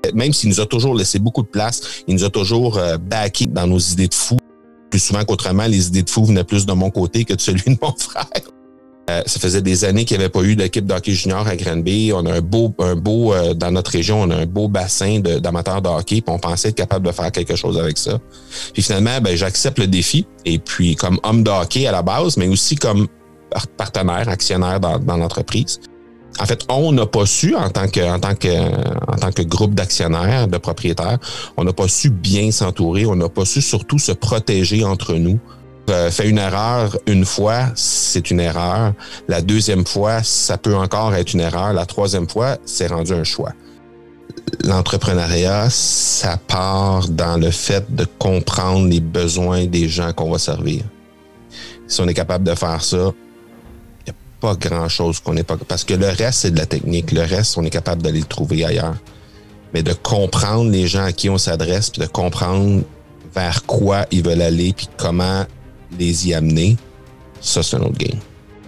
Même s'il nous a toujours laissé beaucoup de place, il nous a toujours backé dans nos idées de fou. Plus souvent qu'autrement, les idées de fou venaient plus de mon côté que de celui de mon frère. Ça faisait des années qu'il n'y avait pas eu d'équipe de hockey junior à Granby. On a un beau dans notre région, on a un beau bassin d'amateurs de hockey, puis on pensait être capable de faire quelque chose avec ça. Puis finalement, j'accepte le défi, et puis comme homme de hockey à la base, mais aussi comme partenaire, actionnaire dans l'entreprise. En fait, on n'a pas su, en tant que groupe d'actionnaires, de propriétaires, on n'a pas su bien s'entourer, on n'a pas su surtout se protéger entre nous. Fait une erreur une fois, c'est une erreur. La deuxième fois, ça peut encore être une erreur. La troisième fois, c'est rendu un choix. L'entrepreneuriat, ça part dans le fait de comprendre les besoins des gens qu'on va servir. Si on est capable de faire ça, il n'y a pas grand-chose qu'on n'est pas... Parce que le reste, c'est de la technique. Le reste, on est capable d'aller le trouver ailleurs. Mais de comprendre les gens à qui on s'adresse, puis de comprendre vers quoi ils veulent aller, puis comment les y amener, ça, c'est un autre game.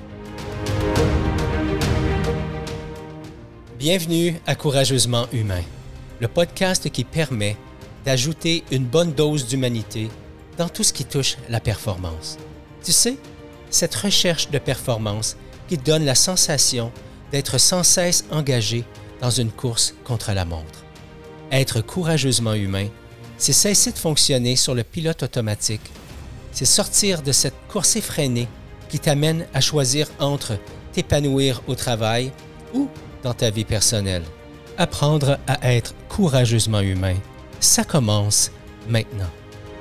Bienvenue à Courageusement Humain, le podcast qui permet d'ajouter une bonne dose d'humanité dans tout ce qui touche la performance. Tu sais, cette recherche de performance qui donne la sensation d'être sans cesse engagé dans une course contre la montre. Être courageusement humain, c'est cesser de fonctionner sur le pilote automatique. C'est sortir de cette course effrénée qui t'amène à choisir entre t'épanouir au travail ou dans ta vie personnelle. Apprendre à être courageusement humain, ça commence maintenant.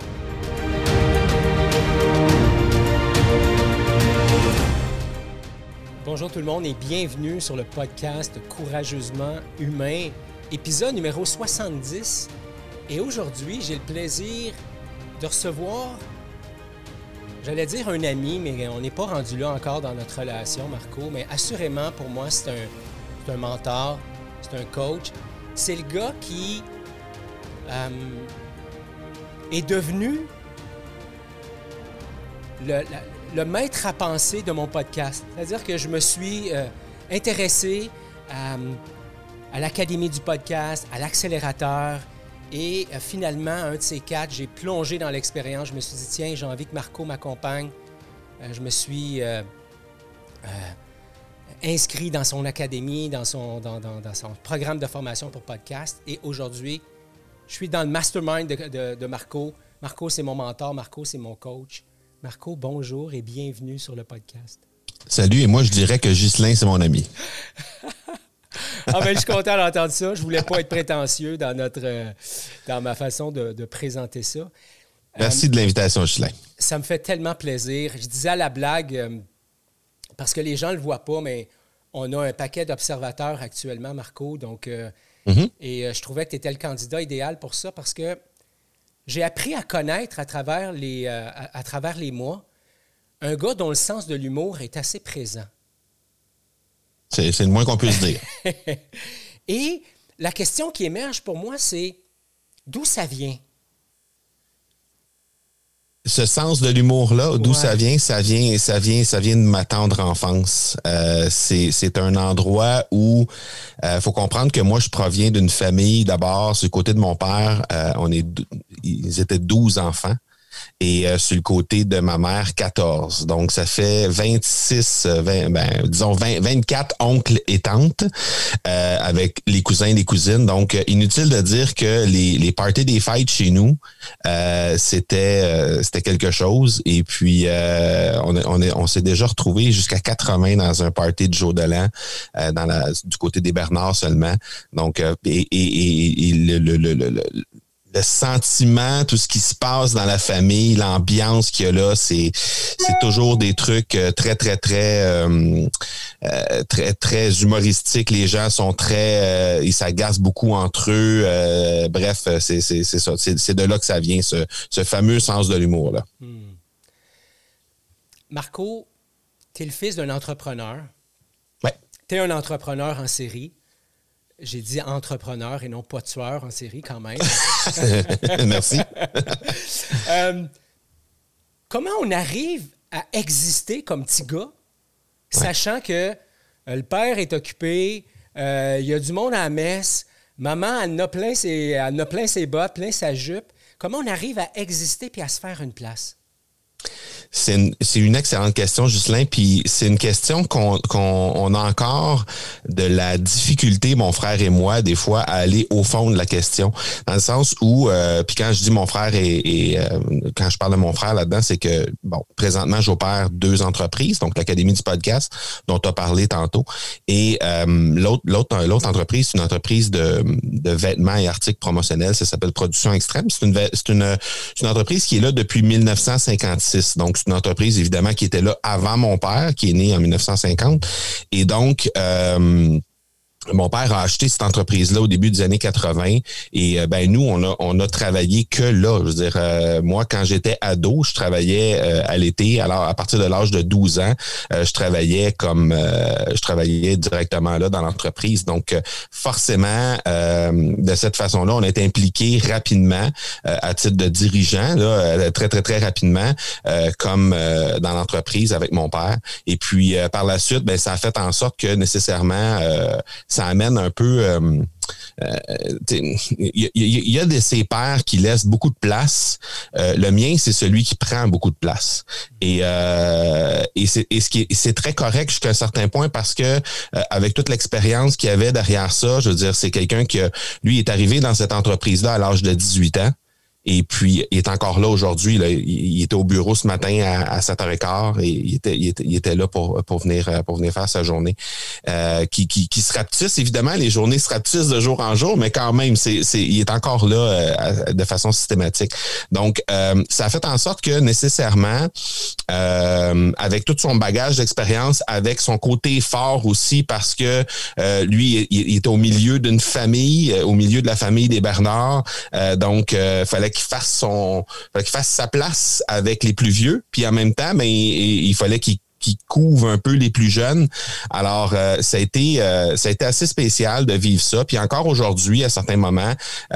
Bonjour tout le monde et bienvenue sur le podcast Courageusement humain, épisode numéro 70. Et aujourd'hui, j'ai le plaisir de recevoir, j'allais dire un ami, mais on n'est pas rendu là encore dans notre relation, Marco, mais assurément pour moi, c'est un mentor, c'est un coach. C'est le gars qui est devenu le maître à penser de mon podcast. C'est-à-dire que je me suis intéressé à l'Académie du podcast, à l'accélérateur, et finalement, un de ces quatre, j'ai plongé dans l'expérience. Je me suis dit, tiens, j'ai envie que Marco m'accompagne. Je me suis inscrit dans son académie, dans son programme de formation pour podcast. Et aujourd'hui, je suis dans le mastermind de Marco. Marco, c'est mon mentor. Marco, c'est mon coach. Marco, bonjour et bienvenue sur le podcast. Salut, et moi, je dirais que Ghislain, c'est mon ami. Je suis content d'entendre ça. Je voulais pas être prétentieux dans ma façon de présenter ça. Merci de l'invitation, Ghislain. Ça me fait tellement plaisir. Je disais à la blague, parce que les gens ne le voient pas, mais on a un paquet d'observateurs actuellement, Marco. Donc, et je trouvais que tu étais le candidat idéal pour ça parce que j'ai appris à connaître à travers les mois un gars dont le sens de l'humour est assez présent. C'est le moins qu'on puisse dire. Et la question qui émerge pour moi, c'est d'où ça vient? Ce sens de l'humour-là, d'où ça vient? Ça vient de ma tendre enfance. C'est un endroit où faut comprendre que moi, je proviens d'une famille, d'abord, sur le côté de mon père, ils étaient 12 enfants. Et sur le côté de ma mère, 14. Donc, ça fait 24 oncles et tantes avec les cousins et les cousines. Donc, inutile de dire que les parties des fêtes chez nous, c'était quelque chose. Et puis, on s'est déjà retrouvés jusqu'à 80 dans un party de jour de l'an du côté des Bernards seulement. Donc, le sentiment, tout ce qui se passe dans la famille, l'ambiance qu'il y a là, c'est toujours des trucs très, très, très, très, très humoristiques. Les gens sont ils s'agacent beaucoup entre eux. Bref, c'est ça. C'est de là que ça vient, ce fameux sens de l'humour là. Marco, tu es le fils d'un entrepreneur. Ouais. Tu es un entrepreneur en série. J'ai dit entrepreneur et non pas tueur en série quand même. Merci. Comment on arrive à exister comme petit gars, sachant que le père est occupé, il y a du monde à la messe, Maman, elle en a plein ses bottes, plein sa jupe. Comment on arrive à exister puis à se faire une place? C'est une excellente question, Ghislain, puis c'est une question qu'on a encore de la difficulté, mon frère et moi, des fois, à aller au fond de la question. Dans le sens où, puis quand je dis mon frère quand je parle de mon frère là-dedans, c'est que, bon, présentement, j'opère 2 entreprises, donc l'Académie du podcast, dont tu as parlé tantôt, et l'autre entreprise, c'est une entreprise de vêtements et articles promotionnels, ça s'appelle Production Extrême. C'est une entreprise qui est là depuis 1956, donc c'est une entreprise, évidemment, qui était là avant mon père, qui est né en 1950. Et donc, mon père a acheté cette entreprise-là au début des années 80 et nous, on a travaillé que là. Je veux dire, moi, quand j'étais ado, je travaillais à l'été. Alors, à partir de l'âge de 12 ans, je travaillais directement là dans l'entreprise. Donc, forcément, de cette façon-là, on a été impliqué rapidement à titre de dirigeant, là, très, très, très rapidement, comme dans l'entreprise avec mon père. Et puis, par la suite, ça a fait en sorte que nécessairement, ça amène un peu... il y a de ces pères qui laissent beaucoup de place. Le mien, c'est celui qui prend beaucoup de place. Et c'est très correct jusqu'à un certain point parce que avec toute l'expérience qu'il y avait derrière ça, je veux dire, c'est quelqu'un qui, lui, est arrivé dans cette entreprise-là à l'âge de 18 ans. Et puis, il est encore là aujourd'hui. Là. Il était au bureau ce matin à 7h15 et il était là pour venir faire sa journée. Qui se rapetisse, évidemment, les journées se rapetissent de jour en jour, mais quand même, il est encore là de façon systématique. Donc, ça a fait en sorte que nécessairement, avec tout son bagage d'expérience, avec son côté fort aussi, parce que lui, il était au milieu d'une famille, au milieu de la famille des Bernard. Donc, fallait qu'il fasse sa place avec les plus vieux, puis en même temps, il fallait qu'il couvre un peu les plus jeunes. Alors, ça a été assez spécial de vivre ça. Puis encore aujourd'hui, à certains moments,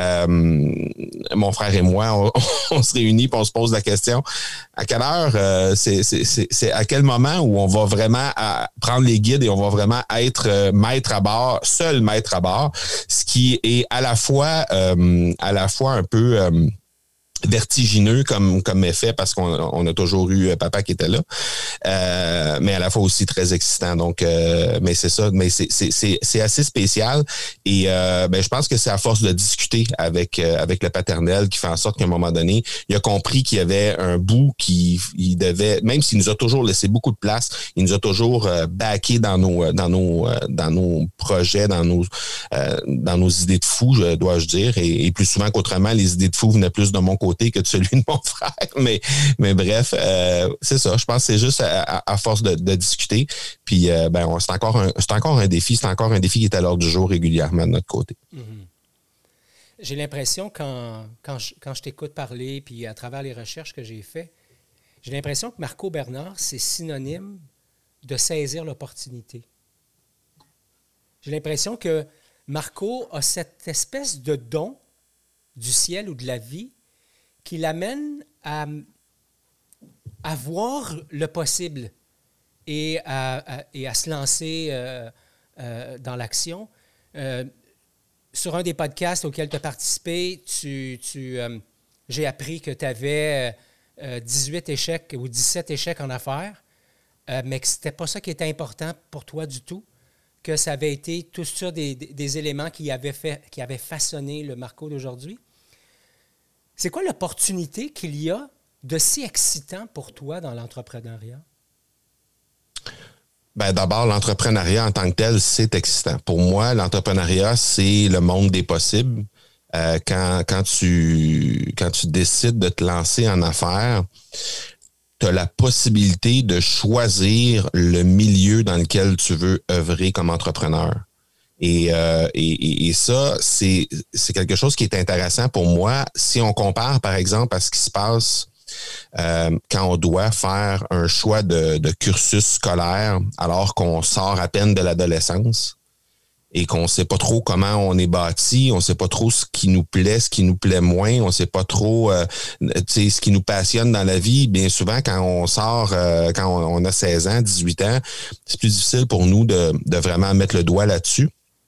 mon frère et moi, on se réunit puis on se pose la question, à quelle heure, c'est à quel moment où on va vraiment prendre les guides et on va vraiment être maître à bord, seul maître à bord, ce qui est à la fois un peu... vertigineux comme effet parce qu'on a toujours eu papa qui était là, mais à la fois aussi très excitant. Donc, mais c'est ça, mais c'est assez spécial et je pense que c'est à force de discuter avec le paternel qui fait en sorte qu'à un moment donné, il a compris qu'il y avait un bout il devait, même s'il nous a toujours laissé beaucoup de place, il nous a toujours backé dans nos projets, dans nos idées de fou, dois-je dire, et plus souvent qu'autrement, les idées de fou venaient plus de mon côté que de celui de mon frère. Mais bref, c'est ça. Je pense que c'est juste à force de discuter. Puis c'est encore un défi. C'est encore un défi qui est à l'ordre du jour régulièrement de notre côté. Mm-hmm. J'ai l'impression, quand je t'écoute parler, puis à travers les recherches que j'ai faites, j'ai l'impression que Marco Bernard, c'est synonyme de saisir l'opportunité. J'ai l'impression que Marco a cette espèce de don du ciel ou de la vie qui l'amène à voir le possible et à se lancer dans l'action. Sur un des podcasts auxquels tu as participé, j'ai appris que tu avais 18 échecs ou 17 échecs en affaires, mais que ce n'était pas ça qui était important pour toi du tout, que ça avait été tout ça des éléments qui avaient façonné le Marco d'aujourd'hui. C'est quoi l'opportunité qu'il y a de si excitant pour toi dans l'entrepreneuriat? D'abord, l'entrepreneuriat en tant que tel, c'est excitant. Pour moi, l'entrepreneuriat, c'est le monde des possibles. Quand tu décides de te lancer en affaires, tu as la possibilité de choisir le milieu dans lequel tu veux œuvrer comme entrepreneur. Et ça, c'est quelque chose qui est intéressant pour moi. Si on compare, par exemple, à ce qui se passe quand on doit faire un choix de cursus scolaire alors qu'on sort à peine de l'adolescence et qu'on ne sait pas trop comment on est bâti, on ne sait pas trop ce qui nous plaît, ce qui nous plaît moins, on ne sait pas trop ce qui nous passionne dans la vie. Bien souvent, quand on sort, quand on a 16 ans, 18 ans, c'est plus difficile pour nous de vraiment mettre le doigt là-dessus.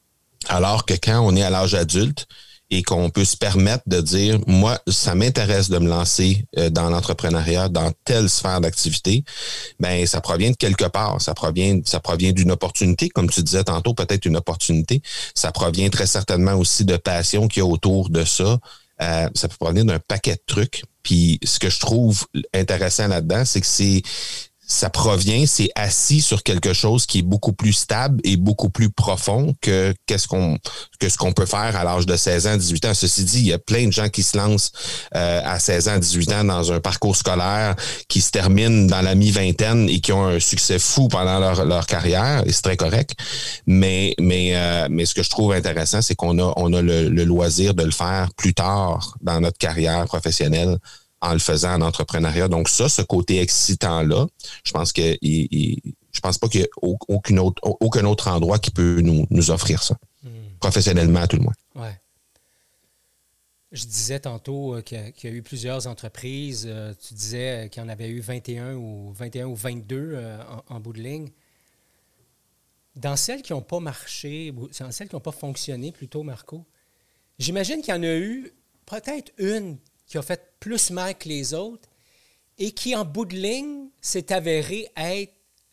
Alors que quand on est à l'âge adulte et qu'on peut se permettre de dire, moi, ça m'intéresse de me lancer dans l'entrepreneuriat, dans telle sphère d'activité, ben ça provient de quelque part. Ça provient d'une opportunité, comme tu disais tantôt, peut-être une opportunité. Ça provient très certainement aussi de passion qu'il y a autour de ça. Ça peut provenir d'un paquet de trucs. Puis ce que je trouve intéressant là-dedans, c'est que c'est assis sur quelque chose qui est beaucoup plus stable et beaucoup plus profond que ce qu'on peut faire à l'âge de 16 ans, 18 ans. Ceci dit, il y a plein de gens qui se lancent à 16 ans, 18 ans dans un parcours scolaire qui se termine dans la mi-vingtaine et qui ont un succès fou pendant leur carrière, et c'est très correct. Mais ce que je trouve intéressant, c'est qu'on a le loisir de le faire plus tard dans notre carrière professionnelle, en le faisant en entrepreneuriat. Donc ça, ce côté excitant-là, je pense pas qu'il y ait aucun autre endroit qui peut nous offrir ça. Professionnellement, à tout le moins. Ouais. Je disais tantôt qu'il y a eu plusieurs entreprises. Tu disais qu'il y en avait eu 21 ou 22 en bout de ligne. Dans celles qui n'ont pas marché, dans celles qui n'ont pas fonctionné plutôt, Marco, j'imagine qu'il y en a eu peut-être une qui a fait plus mal que les autres et qui, en bout de ligne, s'est avéré être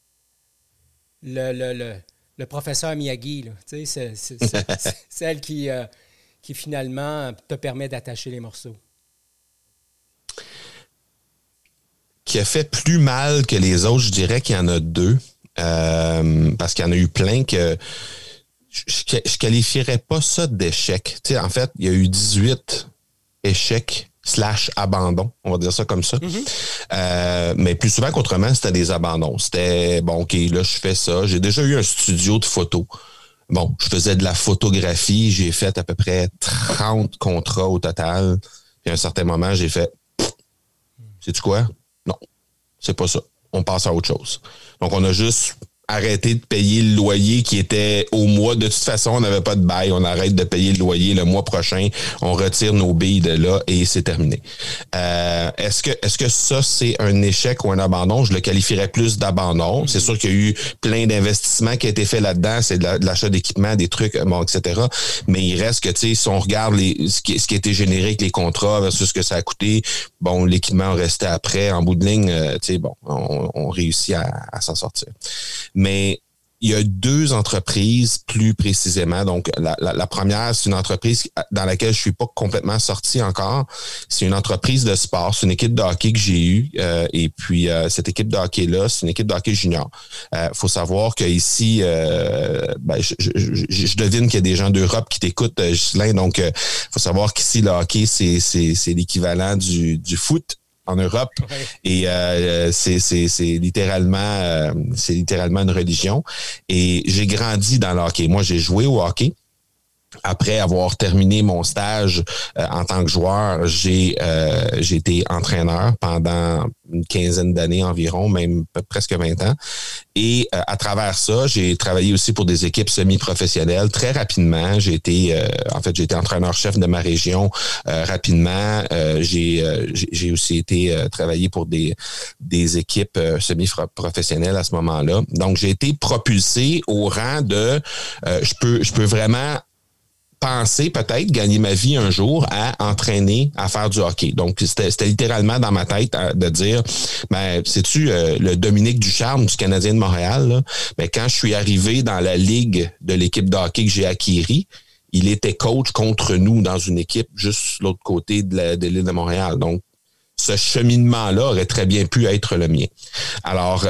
le professeur Miyagi. Là. Tu sais, c'est celle qui finalement te permet d'attacher les morceaux. Qui a fait plus mal que les autres, je dirais qu'il y en a deux. Parce qu'il y en a eu plein que je qualifierais pas ça d'échec. Tu sais, en fait, il y a eu 18 échecs / abandon, on va dire ça comme ça. Mm-hmm. Mais plus souvent qu'autrement, c'était des abandons. C'était, bon, OK, là, je fais ça. J'ai déjà eu un studio de photo. Bon, je faisais de la photographie. J'ai fait à peu près 30 contrats au total. Puis à un certain moment, j'ai fait, sais-tu quoi? Non, c'est pas ça. On passe à autre chose. Donc, on a juste arrêter de payer le loyer qui était au mois. De toute façon, on n'avait pas de bail. On arrête de payer le loyer le mois prochain. On retire nos billes de là et c'est terminé. Est-ce que ça, c'est un échec ou un abandon? Je le qualifierais plus d'abandon. C'est sûr qu'il y a eu plein d'investissements qui a été fait là-dedans. C'est de l'achat d'équipements, des trucs, bon, etc. Mais il reste que, tu sais, si on regarde ce qui a été généré avec les contrats versus ce que ça a coûté, bon, l'équipement restait après. En bout de ligne, tu sais, bon, on réussit à s'en sortir. Mais il y a deux entreprises plus précisément. Donc, la première, c'est une entreprise dans laquelle je suis pas complètement sorti encore. C'est une entreprise de sport. C'est une équipe de hockey que j'ai eue. Et puis, cette équipe de hockey-là, c'est une équipe de hockey junior. Faut savoir qu'ici, je devine qu'il y a des gens d'Europe qui t'écoutent, Ghislain. Donc, faut savoir qu'ici, le hockey, c'est l'équivalent du foot en Europe. Ouais. Et c'est littéralement une religion. Et j'ai grandi dans le hockey. Moi, j'ai joué au hockey. Après avoir terminé mon stage en tant que joueur, j'ai été entraîneur pendant une quinzaine d'années environ, même presque 20 ans. Et à travers ça, j'ai travaillé aussi pour des équipes semi-professionnelles. Très rapidement, j'ai été entraîneur-chef de ma région rapidement. J'ai aussi été travailler pour des équipes semi-professionnelles à ce moment-là. Donc, j'ai été propulsé au rang de je peux vraiment penser peut-être gagner ma vie un jour à entraîner à faire du hockey. Donc, c'était littéralement dans ma tête de dire, ben, sais-tu, le Dominique Ducharme du Canadien de Montréal, là, ben, quand je suis arrivé dans la ligue de l'équipe de hockey que j'ai acquérie, il était coach contre nous dans une équipe juste l'autre côté de l'île de Montréal. Donc, ce cheminement-là aurait très bien pu être le mien. Alors,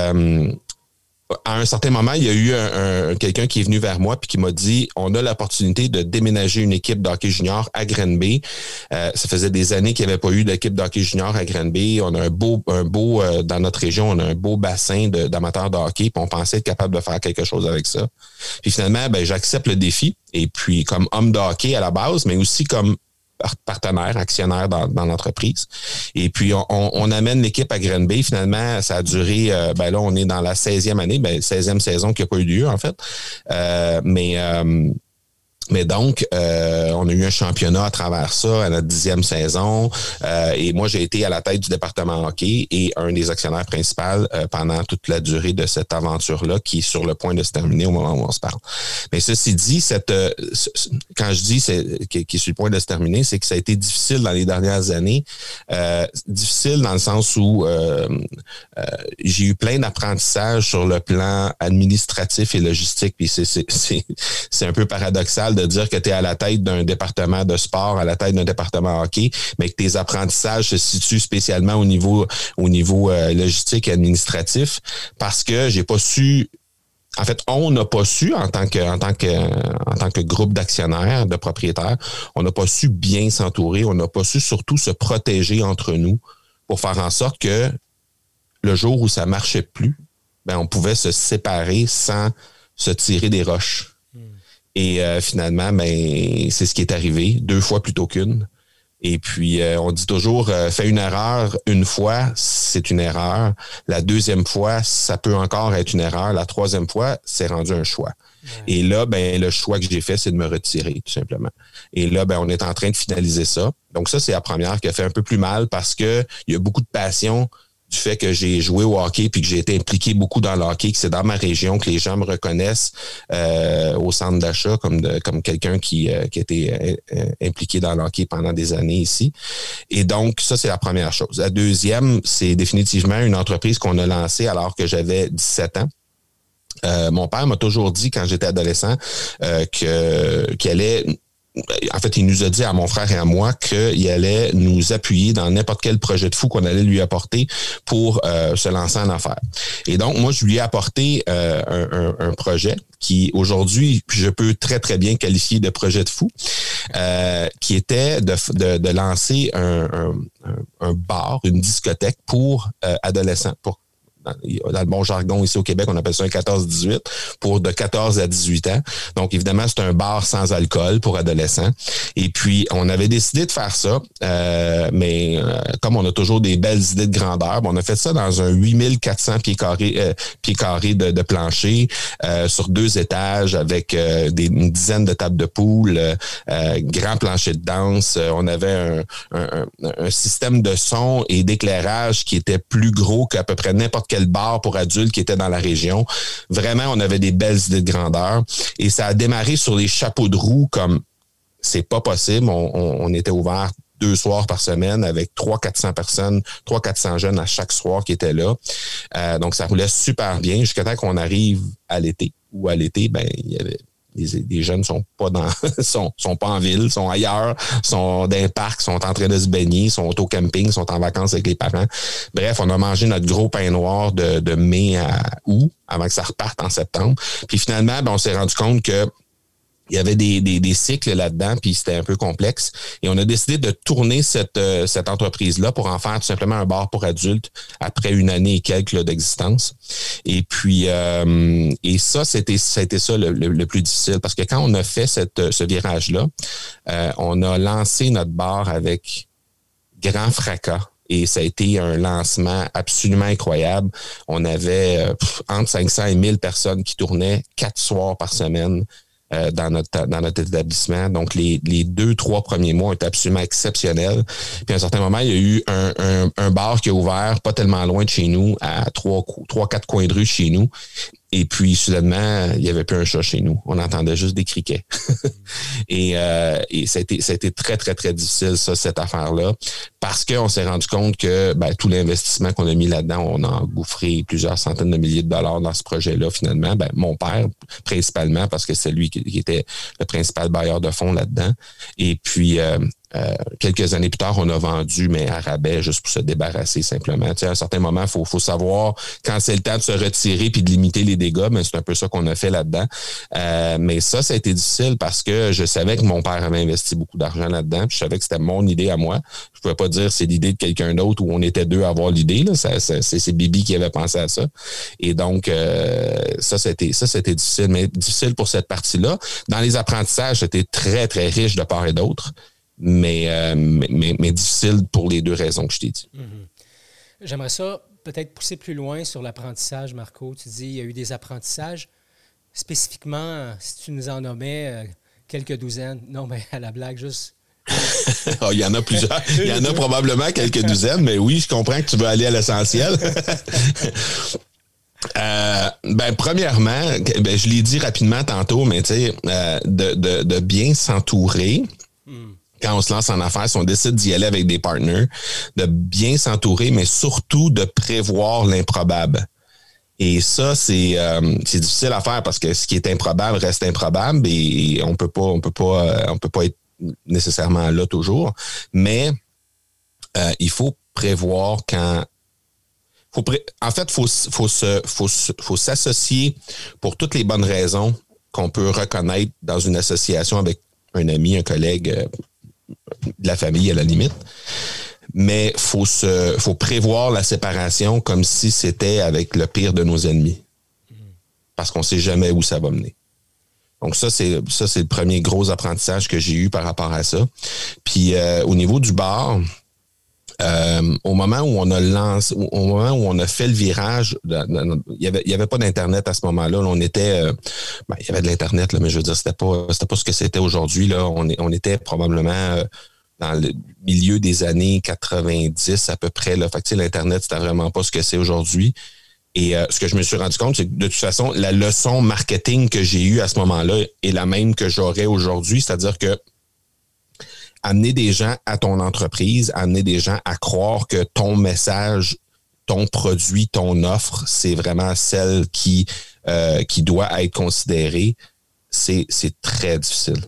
à un certain moment, il y a eu quelqu'un qui est venu vers moi puis qui m'a dit, on a l'opportunité de déménager une équipe d'hockey junior à Granby. Ça faisait des années qu'il n'y avait pas eu d'équipe d'hockey junior à Granby. On a un beau dans notre région, on a un beau bassin d'amateurs de hockey, puis on pensait être capable de faire quelque chose avec ça. Puis finalement, ben j'accepte le défi. Et puis comme homme de hockey à la base, mais aussi comme partenaire, actionnaire dans l'entreprise. Et puis, on amène l'équipe à Granby. Finalement, ça a duré, là, on est dans la 16e année, 16e saison qui n'a pas eu lieu, en fait. Mais Mais donc, on a eu un championnat à travers ça, à notre 10e saison. Et moi, j'ai été à la tête du département hockey et un des actionnaires principaux pendant toute la durée de cette aventure-là, qui est sur le point de se terminer au moment où on se parle. Mais ceci dit, quand je dis qui est sur le point de se terminer, c'est que ça a été difficile dans les dernières années. Difficile dans le sens où j'ai eu plein d'apprentissages sur le plan administratif et logistique. Puis c'est un peu paradoxal de dire que tu es à la tête d'un département de sport, à la tête d'un département hockey, mais que tes apprentissages se situent spécialement au niveau logistique et administratif, parce que j'ai pas su. En fait, on n'a pas su, en tant que groupe d'actionnaires, de propriétaires, on n'a pas su bien s'entourer, on n'a pas su surtout se protéger entre nous pour faire en sorte que le jour où ça marchait plus, ben on pouvait se séparer sans se tirer des roches. Et finalement, ben c'est ce qui est arrivé, 2 fois plutôt qu'une. Et puis, on dit toujours, fais une erreur une fois, c'est une erreur. La 2e fois, ça peut encore être une erreur. La 3e fois, c'est rendu un choix. Ouais. Et là, ben le choix que j'ai fait, c'est de me retirer, tout simplement. Et là, ben on est en train de finaliser ça. Donc ça, c'est la première qui a fait un peu plus mal parce que il y a beaucoup de passion du fait que j'ai joué au hockey puis que j'ai été impliqué beaucoup dans le hockey, que c'est dans ma région que les gens me reconnaissent au centre d'achat comme quelqu'un qui a été impliqué dans le hockey pendant des années ici. Et donc, ça, c'est la première chose. La deuxième, c'est définitivement une entreprise qu'on a lancée alors que j'avais 17 ans. Mon père m'a toujours dit, quand j'étais adolescent, qu'il allait... En fait, il nous a dit à mon frère et à moi qu'il allait nous appuyer dans n'importe quel projet de fou qu'on allait lui apporter pour se lancer en affaires. Et donc, moi, je lui ai apporté un projet qui, aujourd'hui, je peux très, très bien qualifier de projet de fou, qui était de lancer un bar, une discothèque pour adolescents, dans le bon jargon ici au Québec, on appelle ça un 14-18, pour de 14 à 18 ans. Donc, évidemment, c'est un bar sans alcool pour adolescents. Et puis, on avait décidé de faire ça, mais comme on a toujours des belles idées de grandeur, on a fait ça dans un 8400 pieds carrés de plancher, sur 2 étages, avec une dizaine de tables de poule, grand plancher de danse. On avait un système de son et d'éclairage qui était plus gros qu'à peu près n'importe quel bar pour adultes qui était dans la région. Vraiment, on avait des belles idées de grandeur. Et ça a démarré sur les chapeaux de roue comme c'est pas possible. On était ouvert 2 soirs par semaine avec 300-400 personnes, 300-400 jeunes à chaque soir qui étaient là. Donc, ça roulait super bien jusqu'à temps qu'on arrive à l'été. Ou à l'été, ben il y avait les jeunes sont pas sont pas en ville, sont ailleurs, sont dans un parc, sont en train de se baigner, sont au camping, sont en vacances avec les parents. Bref, on a mangé notre gros pain noir de mai à août avant que ça reparte en septembre. Puis finalement, ben, on s'est rendu compte que il y avait des cycles là-dedans, puis c'était un peu complexe. Et on a décidé de tourner cette entreprise-là pour en faire tout simplement un bar pour adultes après 1 année et quelques là, d'existence. Et puis, et ça, ça a été ça le plus difficile, parce que quand on a fait ce virage-là, on a lancé notre bar avec grand fracas. Et ça a été un lancement absolument incroyable. On avait entre 500 et 1000 personnes qui tournaient 4 soirs par semaine dans notre établissement. Donc, les 2-3 premiers mois étaient absolument exceptionnels. Puis à un certain moment, il y a eu un bar qui a ouvert pas tellement loin de chez nous, à 3-4 coins de rue chez nous. Et puis, soudainement, il n'y avait plus un chat chez nous. On entendait juste des criquets. Et ça a été très, très, très difficile, ça, cette affaire-là, parce qu'on s'est rendu compte que tout l'investissement qu'on a mis là-dedans, on a engouffré plusieurs centaines de milliers de dollars dans ce projet-là, finalement. Mon père, principalement, parce que c'est lui qui était le principal bailleur de fonds là-dedans. Et puis, quelques années plus tard, on a vendu, mais à rabais, juste pour se débarrasser simplement. Tu sais, à un certain moment, faut savoir quand c'est le temps de se retirer puis de limiter les dégâts, mais c'est un peu ça qu'on a fait là-dedans. Mais ça a été difficile parce que je savais que mon père avait investi beaucoup d'argent là-dedans, puis je savais que c'était mon idée à moi. Je pouvais pas dire c'est l'idée de quelqu'un d'autre où on était 2 à avoir l'idée. Là. C'est Bibi qui avait pensé à ça. Et donc, ça, c'était difficile, mais difficile pour cette partie-là. Dans les apprentissages, c'était très, très riche de part et d'autre. Mais difficile pour les 2 raisons que je t'ai dit. Mm-hmm. J'aimerais ça peut-être pousser plus loin sur l'apprentissage, Marco. Tu dis qu'il y a eu des apprentissages. Spécifiquement, si tu nous en nommais quelques douzaines. Non, mais à la blague, juste... Il y en a plusieurs. Il y en a probablement quelques douzaines, mais oui, je comprends que tu veux aller à l'essentiel. Premièrement, je l'ai dit rapidement tantôt, mais tu sais, de bien s'entourer. Quand on se lance en affaires, si on décide d'y aller avec des partners, de bien s'entourer, mais surtout de prévoir l'improbable. Et ça, c'est difficile à faire parce que ce qui est improbable reste improbable et on peut pas être nécessairement là toujours. Mais il faut prévoir quand. En fait, faut s'associer pour toutes les bonnes raisons qu'on peut reconnaître dans une association avec un ami, un collègue, de la famille à la limite. Mais faut prévoir la séparation comme si c'était avec le pire de nos ennemis. Parce qu'on sait jamais où ça va mener. Donc ça, c'est le premier gros apprentissage que j'ai eu par rapport à ça. Puis au niveau du bar, au moment où on a fait le virage, il y avait pas d'internet à ce moment-là. On était, il y avait de l'internet là, mais je veux dire c'était pas ce que c'était aujourd'hui là. On était probablement dans le milieu des années 90 à peu près là. Fait que l'internet c'était vraiment pas ce que c'est aujourd'hui. Et ce que je me suis rendu compte, c'est que de toute façon, la leçon marketing que j'ai eue à ce moment-là est la même que j'aurais aujourd'hui, c'est-à-dire que amener des gens à ton entreprise, amener des gens à croire que ton message, ton produit, ton offre, c'est vraiment celle qui doit être considérée, c'est très difficile.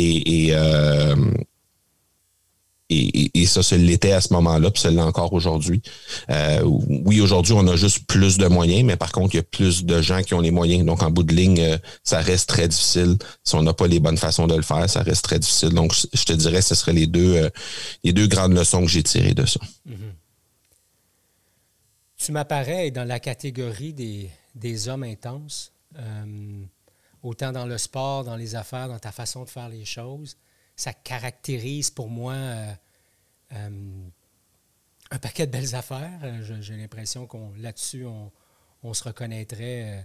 Et ça l'était à ce moment-là, puis ça l'est encore aujourd'hui. Oui, aujourd'hui, on a juste plus de moyens, mais par contre, il y a plus de gens qui ont les moyens. Donc, en bout de ligne, ça reste très difficile. Si on n'a pas les bonnes façons de le faire, ça reste très difficile. Donc, je te dirais, ce seraient les deux grandes leçons que j'ai tirées de ça. Mm-hmm. Tu m'apparais dans la catégorie des hommes intenses, autant dans le sport, dans les affaires, dans ta façon de faire les choses. Ça caractérise pour moi un paquet de belles affaires. J'ai l'impression là-dessus, on se reconnaîtrait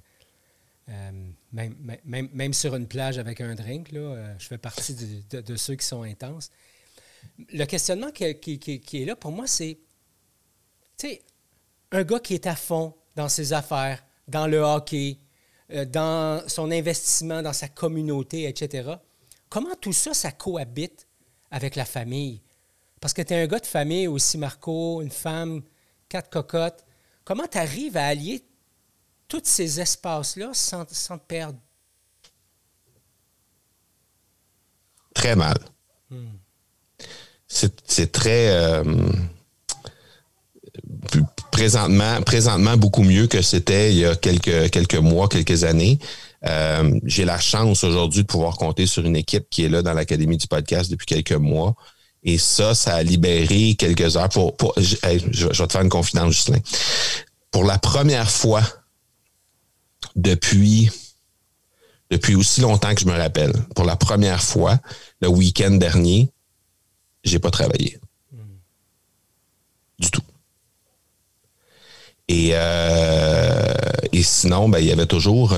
même sur une plage avec un drink. Là, je fais partie de ceux qui sont intenses. Le questionnement qui est là pour moi, c'est, tu sais, un gars qui est à fond dans ses affaires, dans le hockey, dans son investissement, dans sa communauté, etc., comment tout ça, ça cohabite avec la famille? Parce que tu es un gars de famille aussi, Marco, une femme, 4 cocottes. Comment tu arrives à allier tous ces espaces-là sans te perdre? Très mal. C'est très... présentement beaucoup mieux que c'était il y a quelques mois, quelques années. J'ai la chance aujourd'hui de pouvoir compter sur une équipe qui est là dans l'Académie du podcast depuis quelques mois. Et ça a libéré quelques heures je vais te faire une confidence, Justin. Pour la première fois depuis aussi longtemps que je me rappelle, pour la première fois, le week-end dernier, j'ai pas travaillé. Du tout. Et sinon, il y avait toujours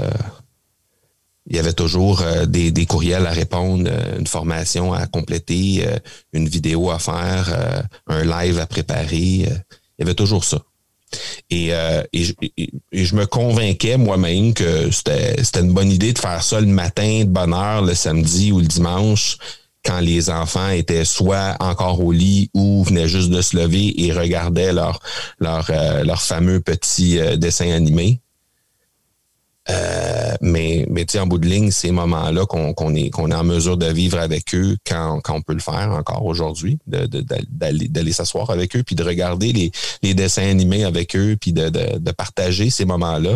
des courriels à répondre, une formation à compléter, une vidéo à faire, un live à préparer. Il y avait toujours ça. Et je me convainquais moi-même que c'était une bonne idée de faire ça le matin, de bonne heure, le samedi ou le dimanche, quand les enfants étaient soit encore au lit ou venaient juste de se lever et regardaient leur fameux petit dessin animé. Mais tu sais, en bout de ligne, ces moments-là qu'on est en mesure de vivre avec eux quand on peut le faire encore aujourd'hui, d'aller s'asseoir avec eux, puis de regarder les dessins animés avec eux, puis de partager ces moments-là.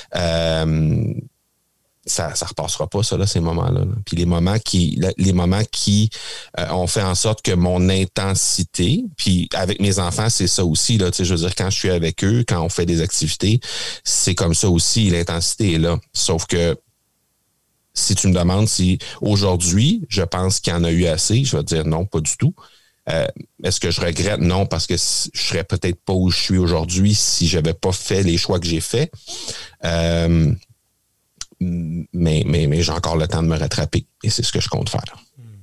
Ça repassera pas, ça, là, ces moments-là. Là. Puis les moments qui ont fait en sorte que mon intensité, puis avec mes enfants, c'est ça aussi, là, tu sais, je veux dire, quand je suis avec eux, quand on fait des activités, c'est comme ça aussi, l'intensité est là. Sauf que si tu me demandes si aujourd'hui, je pense qu'il y en a eu assez, je vais te dire non, pas du tout. Est-ce que je regrette? Non, parce que je serais peut-être pas où je suis aujourd'hui si j'avais pas fait les choix que j'ai faits. mais j'ai encore le temps de me rattraper et c'est ce que je compte faire.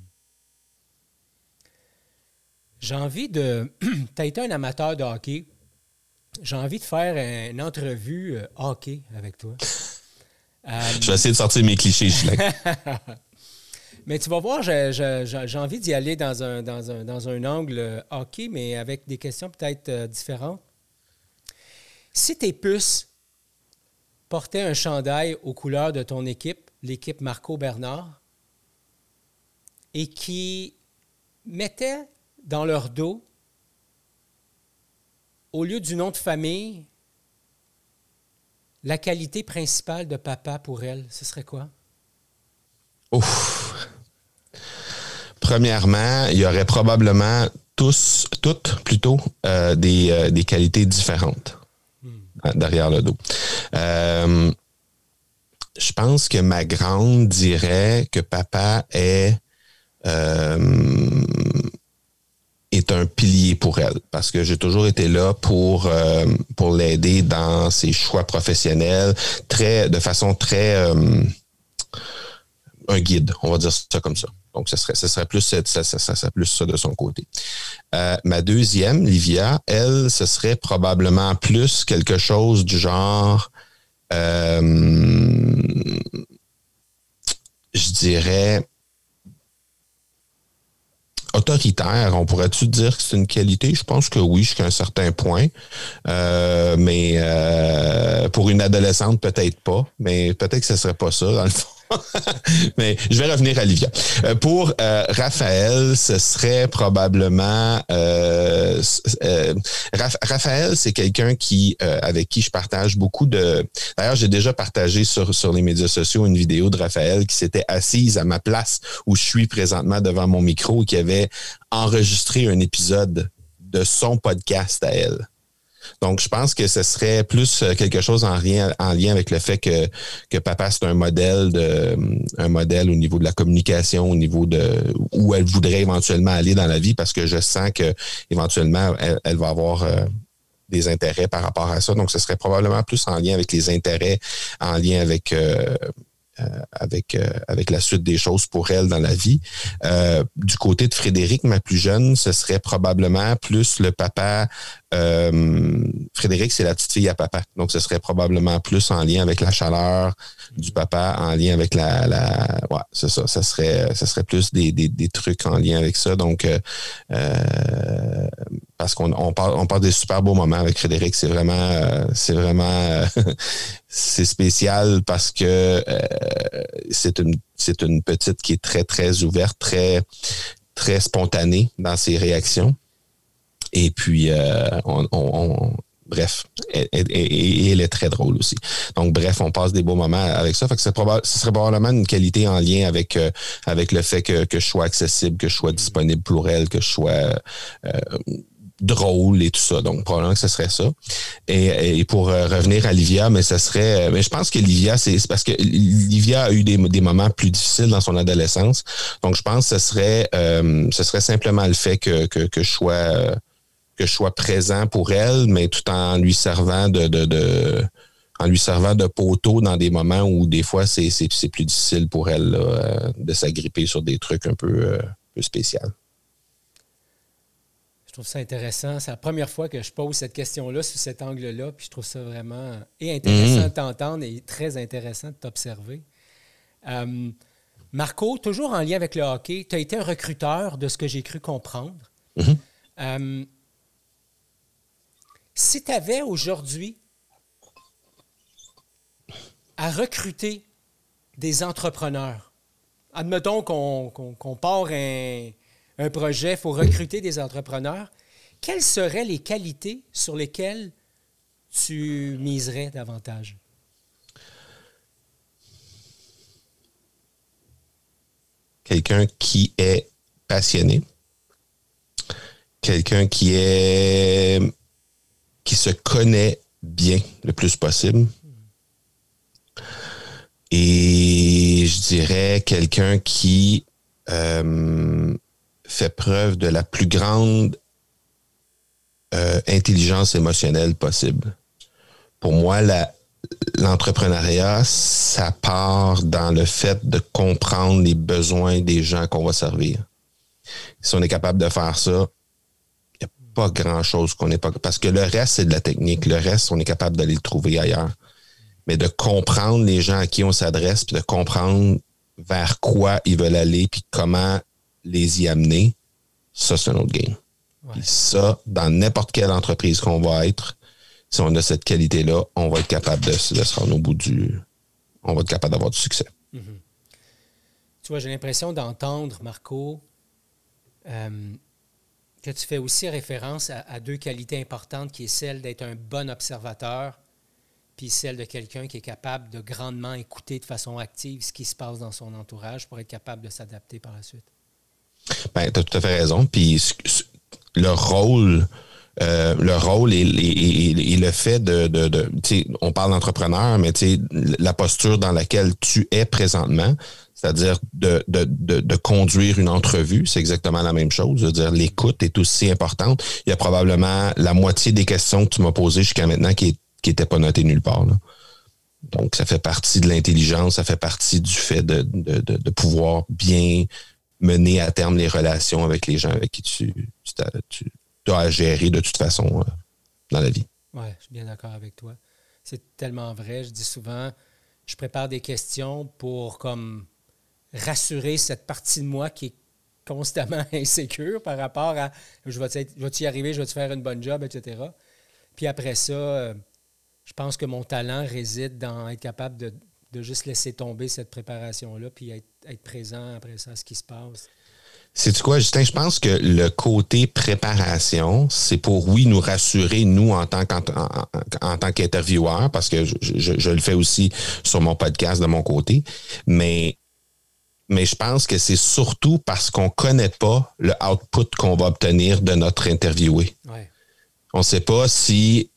J'ai envie de... Tu as été un amateur de hockey. J'ai envie de faire une entrevue hockey avec toi. Je vais essayer de sortir mes clichés, Schleck. Mais tu vas voir, j'ai envie d'y aller dans un angle hockey, mais avec des questions peut-être différentes. Si tes puces portaient un chandail aux couleurs de ton équipe, l'équipe Marco Bernard, et qui mettaient dans leur dos, au lieu du nom de famille, la qualité principale de papa pour elle, ce serait quoi? Ouf! Premièrement, il y aurait probablement toutes plutôt, des qualités différentes derrière le dos. Je pense que ma grande dirait que papa est un pilier pour elle parce que j'ai toujours été là pour l'aider dans ses choix professionnels, de façon très un guide, on va dire ça comme ça. Donc, ça serait plus ça de son côté. Ma deuxième, Livia, elle, ce serait probablement plus quelque chose du genre, je dirais, autoritaire. On pourrait-tu dire que c'est une qualité? Je pense que oui, jusqu'à un certain point. Mais pour une adolescente, peut-être pas. Mais peut-être que ce serait pas ça, dans le fond. Mais je vais revenir à Livia. Pour Raphaël, ce serait probablement... Raphaël, c'est quelqu'un avec qui je partage beaucoup de... D'ailleurs, j'ai déjà partagé sur les médias sociaux une vidéo de Raphaël qui s'était assise à ma place où je suis présentement devant mon micro et qui avait enregistré un épisode de son podcast à elle. Donc, je pense que ce serait plus quelque chose en lien avec le fait que papa, c'est un modèle au niveau de la communication, au niveau de où elle voudrait éventuellement aller dans la vie, parce que je sens que éventuellement, elle va avoir des intérêts par rapport à ça. Donc, ce serait probablement plus en lien avec les intérêts, en lien avec la suite des choses pour elle dans la vie. Du côté de Frédéric, ma plus jeune, ce serait probablement plus le papa. Frédéric, c'est la petite fille à papa. Donc, ce serait probablement plus en lien avec la chaleur du papa, en lien avec ouais, c'est ça. Ça serait plus des trucs en lien avec ça. Donc, parce qu'on parle des super beaux moments avec Frédéric. C'est vraiment c'est spécial parce que c'est une petite qui est très, très ouverte, très, très spontanée dans ses réactions. Et puis, bref, et elle est très drôle aussi. Donc, bref, on passe des beaux moments avec ça. Fait que ce serait probablement une qualité en lien avec le fait que je sois accessible, que je sois disponible pour elle, que je sois drôle et tout ça. Donc, probablement que ce serait ça. Et pour revenir à Livia, mais je pense que Livia, c'est parce que Livia a eu des moments plus difficiles dans son adolescence. Donc, je pense que ce serait simplement le fait que je sois présent pour elle, mais tout en lui servant de poteau dans des moments où des fois c'est plus difficile pour elle là, de s'agripper sur des trucs un peu spéciaux. Je trouve ça intéressant. C'est la première fois que je pose cette question-là sous cet angle-là, puis je trouve ça vraiment intéressant de t'entendre et très intéressant de t'observer. Marco, toujours en lien avec le hockey, tu as été un recruteur de ce que j'ai cru comprendre. Si tu avais aujourd'hui à recruter des entrepreneurs, admettons qu'on part un projet, il faut recruter des entrepreneurs, quelles seraient les qualités sur lesquelles tu miserais davantage? Quelqu'un qui est passionné, quelqu'un qui se connaît bien le plus possible. Et je dirais quelqu'un qui fait preuve de la plus grande intelligence émotionnelle possible. Pour moi, l'entrepreneuriat, ça part dans le fait de comprendre les besoins des gens qu'on va servir. Si on est capable de faire ça, il n'y a pas grand-chose qu'on n'est pas... Parce que le reste, c'est de la technique. Le reste, on est capable d'aller le trouver ailleurs. Mais de comprendre les gens à qui on s'adresse, puis de comprendre vers quoi ils veulent aller, puis comment les y amener, ça, c'est un autre game. Ouais. Puis ça, dans n'importe quelle entreprise qu'on va être, si on a cette qualité-là, on va être capable de se rendre au bout du... On va être capable d'avoir du succès. Mm-hmm. Tu vois, j'ai l'impression d'entendre, Marco, que tu fais aussi référence à deux qualités importantes, qui est celle d'être un bon observateur, puis celle de quelqu'un qui est capable de grandement écouter de façon active ce qui se passe dans son entourage pour être capable de s'adapter par la suite. Bien, tu as tout à fait raison. Puis le rôle et le fait de on parle d'entrepreneur, mais la posture dans laquelle tu es présentement, c'est-à-dire de conduire une entrevue, c'est exactement la même chose. Je veux dire, l'écoute est aussi importante. Il y a probablement la moitié des questions que tu m'as posées jusqu'à maintenant qui n'étaient pas notées nulle part, là. Donc, ça fait partie de l'intelligence, ça fait partie du fait de pouvoir bien mener à terme les relations avec les gens avec qui tu as à gérer de toute façon dans la vie. Oui, je suis bien d'accord avec toi. C'est tellement vrai. Je dis souvent, je prépare des questions pour comme rassurer cette partie de moi qui est constamment insécure par rapport à je vais-tu y arriver, je vais-tu faire une bonne job, etc. Puis après ça, je pense que mon talent réside dans être capable de juste laisser tomber cette préparation-là puis être présent après ça à ce qui se passe. Sais-tu quoi, Justin? Je pense que le côté préparation, c'est pour, oui, nous rassurer, nous, en tant qu'intervieweur, parce que je le fais aussi sur mon podcast de mon côté, mais je pense que c'est surtout parce qu'on ne connaît pas le output qu'on va obtenir de notre interviewé. Ouais. On ne sait pas si...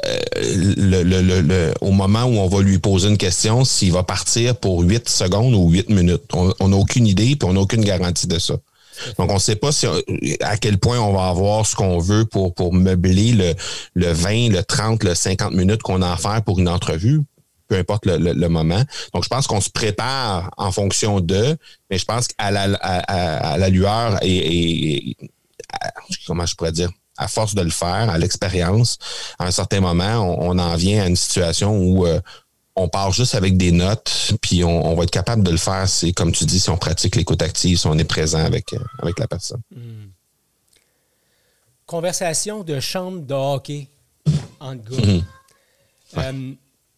au moment où on va lui poser une question, s'il va partir pour 8 secondes ou 8 minutes. On n'a aucune idée et on n'a aucune garantie de ça. Donc, on ne sait pas à quel point on va avoir ce qu'on veut pour meubler le 20, le 30, le 50 minutes qu'on a à faire pour une entrevue, peu importe le moment. Donc, je pense qu'on se prépare en fonction de, mais je pense qu'à la lueur et comment je pourrais dire, à force de le faire, à l'expérience, à un certain moment, on en vient à une situation où on part juste avec des notes, puis on va être capable de le faire. C'est comme tu dis, si on pratique l'écoute active, si on est présent avec la personne. Conversation de chambre de hockey entre gars. Ouais.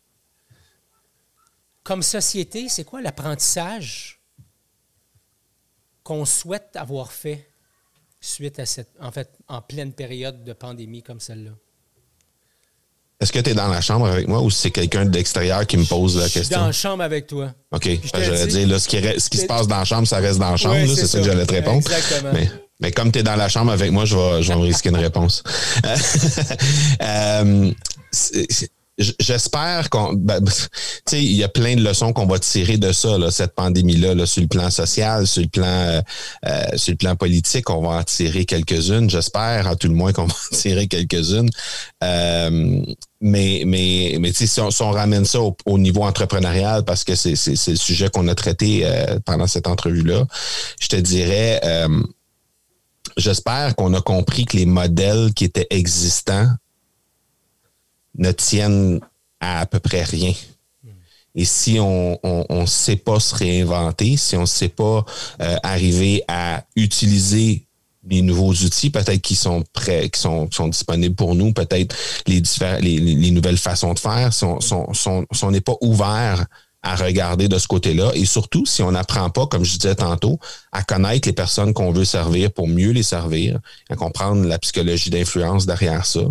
Comme société, c'est quoi l'apprentissage qu'on souhaite avoir fait suite à en pleine période de pandémie comme celle-là? Est-ce que tu es dans la chambre avec moi ou c'est quelqu'un de l'extérieur qui me pose la question? Je suis dans la chambre avec toi. OK. J'allais dire, là, ce qui se passe dans la chambre, ça reste dans la chambre. Oui, c'est ça que j'allais te répondre. Exactement. Mais comme tu es dans la chambre avec moi, je vais me risquer une réponse. J'espère tu sais, il y a plein de leçons qu'on va tirer de ça, là, cette pandémie-là, là, sur le plan social, sur le plan politique, on va en tirer quelques-unes. J'espère, à tout le moins, qu'on va en tirer quelques-unes. Mais tu sais, si on ramène ça au niveau entrepreneurial, parce que c'est le sujet qu'on a traité pendant cette entrevue-là, je te dirais, j'espère qu'on a compris que les modèles qui étaient existants ne tiennent à peu près rien. Et si on ne sait pas se réinventer, si on ne sait pas arriver à utiliser les nouveaux outils, peut-être qui sont prêts, qui sont disponibles pour nous, peut-être les nouvelles façons de faire, si on n'est pas ouvert à regarder de ce côté-là, et surtout si on n'apprend pas, comme je disais tantôt, à connaître les personnes qu'on veut servir pour mieux les servir, à comprendre la psychologie d'influence derrière ça,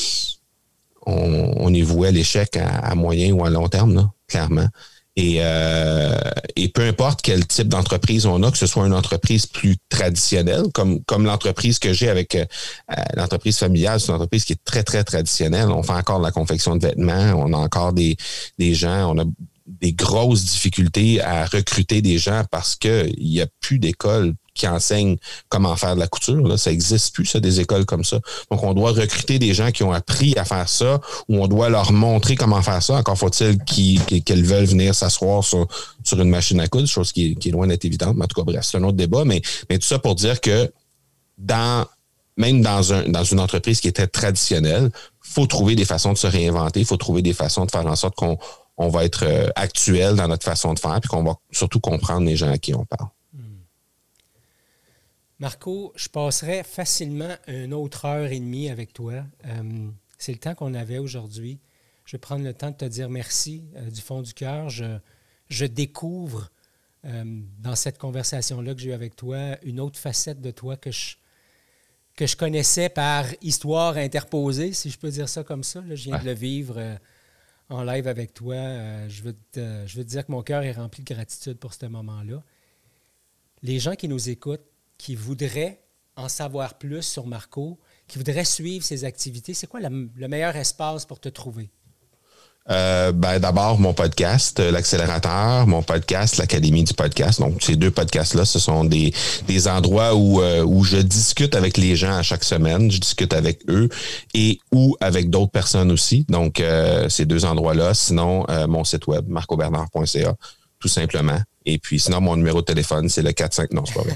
on est voué à l'échec à moyen ou à long terme, là, clairement. Et peu importe quel type d'entreprise on a, que ce soit une entreprise plus traditionnelle, comme l'entreprise que j'ai avec l'entreprise familiale, c'est une entreprise qui est très, très traditionnelle. On fait encore de la confection de vêtements, on a encore des gens, on a des grosses difficultés à recruter des gens parce qu'il n'y a plus d'école qui enseignent comment faire de la couture. Là. Ça n'existe plus, ça, des écoles comme ça. Donc, on doit recruter des gens qui ont appris à faire ça ou on doit leur montrer comment faire ça. Encore faut-il qu'elles veulent venir s'asseoir sur une machine à coudre, chose qui est loin d'être évidente. Mais en tout cas, bref, c'est un autre débat. Mais tout ça pour dire que même dans une entreprise qui était traditionnelle, il faut trouver des façons de se réinventer, il faut trouver des façons de faire en sorte qu'on va être actuel dans notre façon de faire puis qu'on va surtout comprendre les gens à qui on parle. Marco, je passerais facilement une autre heure et demie avec toi. C'est le temps qu'on avait aujourd'hui. Je vais prendre le temps de te dire merci du fond du cœur. Je découvre dans cette conversation-là que j'ai eue avec toi une autre facette de toi que je connaissais par histoire interposée, si je peux dire ça comme ça. Là, je viens de le vivre en live avec toi. Je veux te dire que mon cœur est rempli de gratitude pour ce moment-là. Les gens qui nous écoutent, qui voudraient en savoir plus sur Marco, qui voudraient suivre ses activités, c'est quoi le meilleur espace pour te trouver? D'abord, mon podcast, l'Accélérateur, mon podcast, l'Académie du podcast. Donc, ces 2 podcasts-là, ce sont des endroits où je discute avec les gens à chaque semaine. Je discute avec eux ou avec d'autres personnes aussi. Donc, ces 2 endroits-là. Sinon, mon site web, marcobernard.ca, tout simplement. Et puis, sinon, mon numéro de téléphone, c'est le 45... Non, c'est pas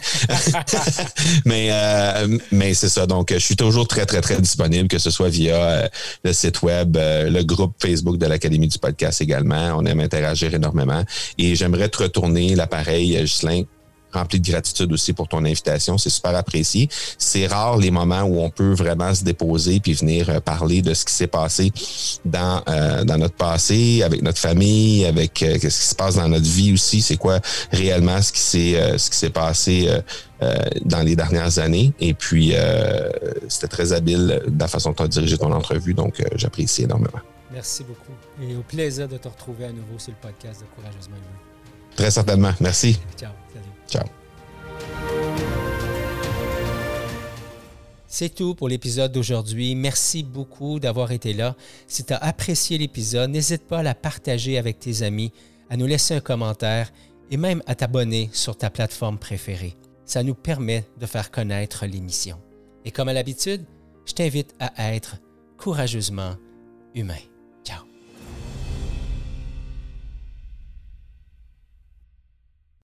vrai. mais c'est ça. Donc, je suis toujours très, très, très disponible, que ce soit via le site web, le groupe Facebook de l'Académie du podcast également. On aime interagir énormément. Et j'aimerais te retourner l'appareil, Ghislain, rempli de gratitude aussi pour ton invitation. C'est super apprécié. C'est rare les moments où on peut vraiment se déposer puis venir parler de ce qui s'est passé dans notre passé, avec notre famille, avec ce qui se passe dans notre vie aussi. C'est quoi réellement ce qui s'est passé dans les dernières années. Et puis, c'était très habile de la façon dont tu as dirigé ton entrevue. Donc, j'apprécie énormément. Merci beaucoup. Et au plaisir de te retrouver à nouveau sur le podcast de Courageusement Humain. Très certainement. Merci. Ciao. Salut. Ciao. C'est tout pour l'épisode d'aujourd'hui. Merci beaucoup d'avoir été là. Si tu as apprécié l'épisode, n'hésite pas à la partager avec tes amis, à nous laisser un commentaire et même à t'abonner sur ta plateforme préférée. Ça nous permet de faire connaître l'émission. Et comme à l'habitude, je t'invite à être courageusement humain.